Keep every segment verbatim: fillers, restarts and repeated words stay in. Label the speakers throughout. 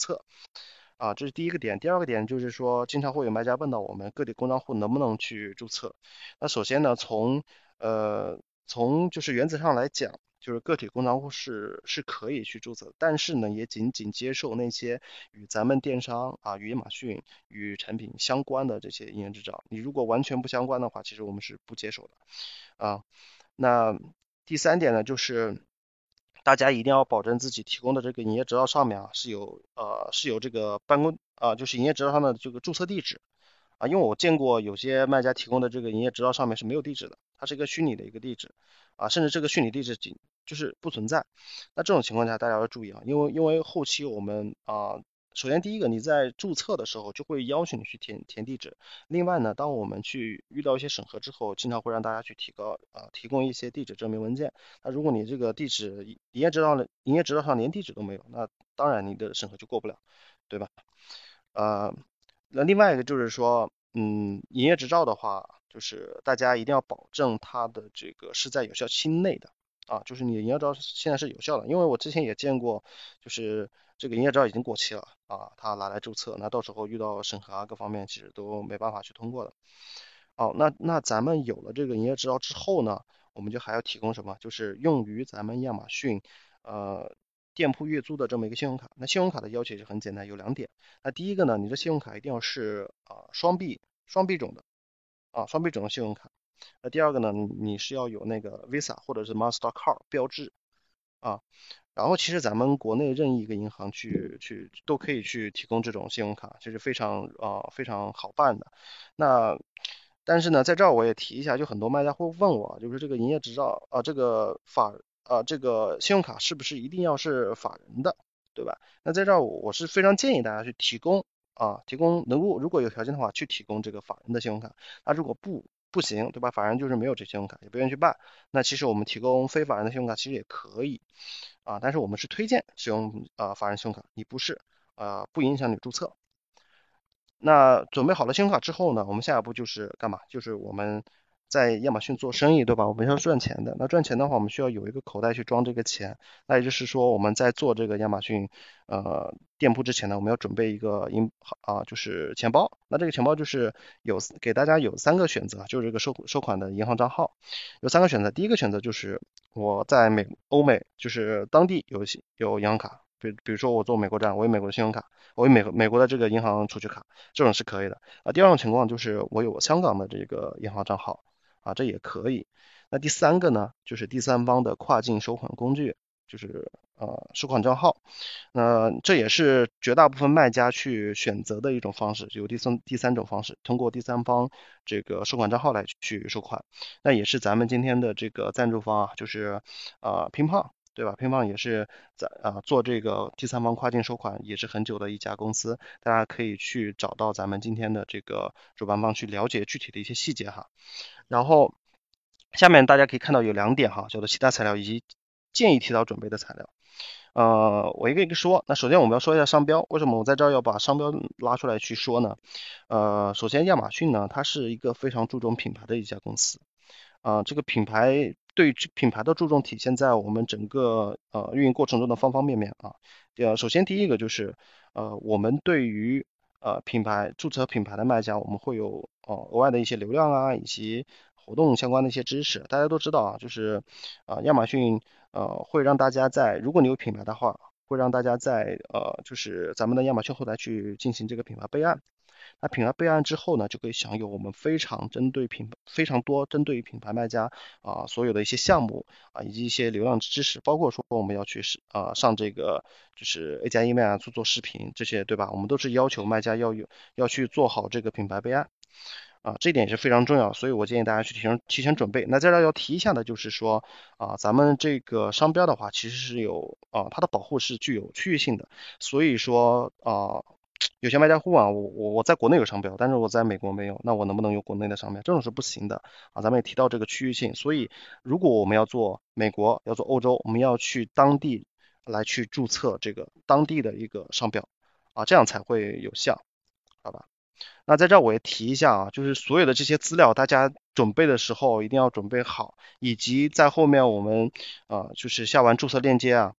Speaker 1: 册。啊，这是第一个点。第二个点就是说，经常会有卖家问到我们个体工商户能不能去注册。那首先呢，从呃从就是原则上来讲，就是个体工商户是是可以去注册，但是呢，也仅仅接受那些与咱们电商啊、与亚马逊、与产品相关的这些营业执照。你如果完全不相关的话，其实我们是不接受的啊。那第三点呢，就是大家一定要保证自己提供的这个营业执照上面啊是有呃是有这个办公啊、呃就是营业执照上的这个注册地址啊，因为我见过有些卖家提供的这个营业执照上面是没有地址的，它是一个虚拟的一个地址啊，甚至这个虚拟地址仅就是不存在。那这种情况下大家要注意啊，因为因为后期我们啊。首先，第一个，你在注册的时候就会要求你去填填地址。另外呢，当我们去遇到一些审核之后，经常会让大家去提高啊、提供一些地址证明文件。那如果你这个地址营业执照的营业执照上连地址都没有，那当然你的审核就过不了，对吧？呃，那另外一个就是说，嗯，营业执照的话，就是大家一定要保证它的这个是在有效期内的啊，就是你的营业执照现在是有效的，因为我之前也见过，就是这个营业执照已经过期了啊，他拿来注册，那到时候遇到审核啊各方面其实都没办法去通过的。哦，那那咱们有了这个营业执照之后呢，我们就还要提供什么？就是用于咱们亚马逊呃店铺月租的这么一个信用卡。那信用卡的要求是很简单，有两点。那第一个呢，你的信用卡一定要是啊、双币双币种的啊双币种的信用卡。那第二个呢，你你是要有那个 Visa 或者是 Mastercard 标志啊。然后其实咱们国内任意一个银行去去都可以去提供这种信用卡，这是非常啊、非常好办的。那但是呢，在这儿我也提一下，就很多卖家会问我，就是这个营业执照啊、这个法啊、这个信用卡是不是一定要是法人的，对吧？那在这儿我我是非常建议大家去提供啊，提供能够如果有条件的话，去提供这个法人的信用卡。那如果不不行，对吧？法人就是没有这信用卡，也不愿意去办，那其实我们提供非法人的信用卡其实也可以啊，但是我们是推荐使用啊法人信用卡，你不是啊，不影响你注册。那准备好了信用卡之后呢，我们下一步就是干嘛？就是我们在亚马逊做生意，对吧？我们要赚钱的。那赚钱的话，我们需要有一个口袋去装这个钱。那也就是说，我们在做这个亚马逊呃店铺之前呢，我们要准备一个银啊，就是钱包。那这个钱包就是有给大家有三个选择，就是这个收收款的银行账号有三个选择。第一个选择就是我在美欧美，就是当地有有银行卡，比比如说我做美国站，我有美国的信用卡。我有美美国的这个银行储蓄卡，这种是可以的啊。第二种情况就是我有香港的这个银行账号啊，这也可以。那第三个呢，就是第三方的跨境收款工具，就是呃收款账号。那这也是绝大部分卖家去选择的一种方式，有第三第三种方式，通过第三方这个收款账号来去收款。那也是咱们今天的这个赞助方啊，就是呃乒乓。对吧？乒乓也是在啊、呃做这个第三方跨境收款也是很久的一家公司，大家可以去找到咱们今天的这个主办方去了解具体的一些细节哈。然后下面大家可以看到有两点哈，叫做其他材料以及建议提早准备的材料。呃，我一个一个说。那首先我们要说一下商标，为什么我在这儿要把商标拉出来去说呢？呃，首先亚马逊呢，它是一个非常注重品牌的一家公司。啊，这个品牌对品牌的注重体现在我们整个呃运营过程中的方方面面啊。呃，首先第一个就是呃我们对于呃品牌注册品牌的卖家，我们会有呃额外的一些流量啊，以及活动相关的一些知识。大家都知道啊，就是啊亚马逊呃会让大家在如果你有品牌的话，会让大家在呃就是咱们的亚马逊后台去进行这个品牌备案。那品牌备案之后呢，就可以享有我们非常针对品非常多针对于品牌卖家啊、所有的一些项目啊，以及一些流量知识，包括说我们要去是啊、上这个就是 A 加一卖啊，做做视频这些，对吧？我们都是要求卖家要有要去做好这个品牌备案。啊，这点也是非常重要，所以我建议大家去提前提前准备。那在这要提一下的就是说，啊，咱们这个商标的话，其实是有啊，它的保护是具有区域性的，所以说啊，有些卖家会问啊，我我我在国内有商标，但是我在美国没有，那我能不能有国内的商标？这种是不行的啊。咱们也提到这个区域性，所以如果我们要做美国，要做欧洲，我们要去当地来去注册这个当地的一个商标啊，这样才会有效，好吧？那在这儿我也提一下啊，就是所有的这些资料，大家准备的时候一定要准备好，以及在后面我们呃就是下完注册链接啊。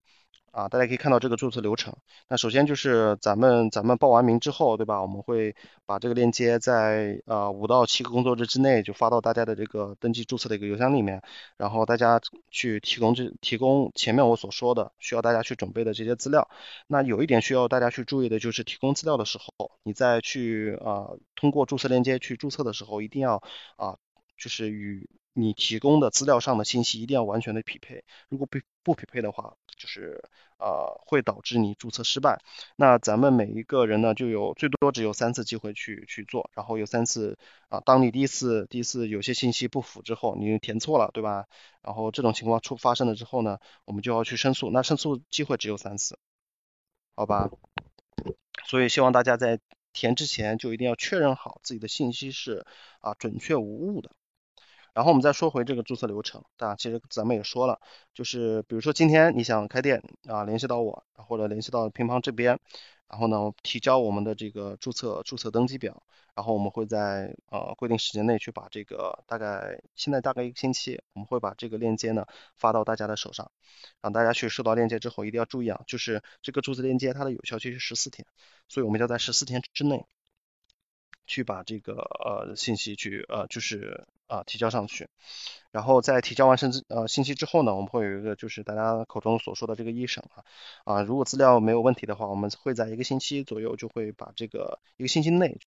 Speaker 1: 啊，大家可以看到这个注册流程。那首先就是咱们咱们报完名之后，对吧？我们会把这个链接在呃五到七个工作日之内就发到大家的这个登记注册的一个邮箱里面，然后大家去提供这提供前面我所说的需要大家去准备的这些资料。那有一点需要大家去注意的就是提供资料的时候，你在去啊、呃、通过注册链接去注册的时候，一定要啊、呃就是与你提供的资料上的信息一定要完全的匹配。如果不不匹配的话，就是呃会导致你注册失败。那咱们每一个人呢，就有最多只有三次机会去去做，然后有三次啊、呃当你第一次第一次有些信息不符之后，你填错了，对吧？然后这种情况出发生了之后呢，我们就要去申诉，那申诉机会只有三次，好吧？所以希望大家在填之前就一定要确认好自己的信息是啊、准确无误的。然后我们再说回这个注册流程，啊，其实咱们也说了，就是比如说今天你想开店啊，联系到我，或者联系到乒乓这边，然后呢提交我们的这个注册注册登记表，然后我们会在呃规定时间内去把这个大概现在大概一个星期，我们会把这个链接呢发到大家的手上，让大家去收到链接之后一定要注意啊，就是这个注册链接它的有效期是十四天，所以我们要在十四天之内去把这个呃信息去呃就是啊、呃提交上去。然后在提交完申呃信息之后呢，我们会有一个就是大家口中所说的这个一审啊，啊如果资料没有问题的话，我们会在一个星期左右就会把这个一个星期内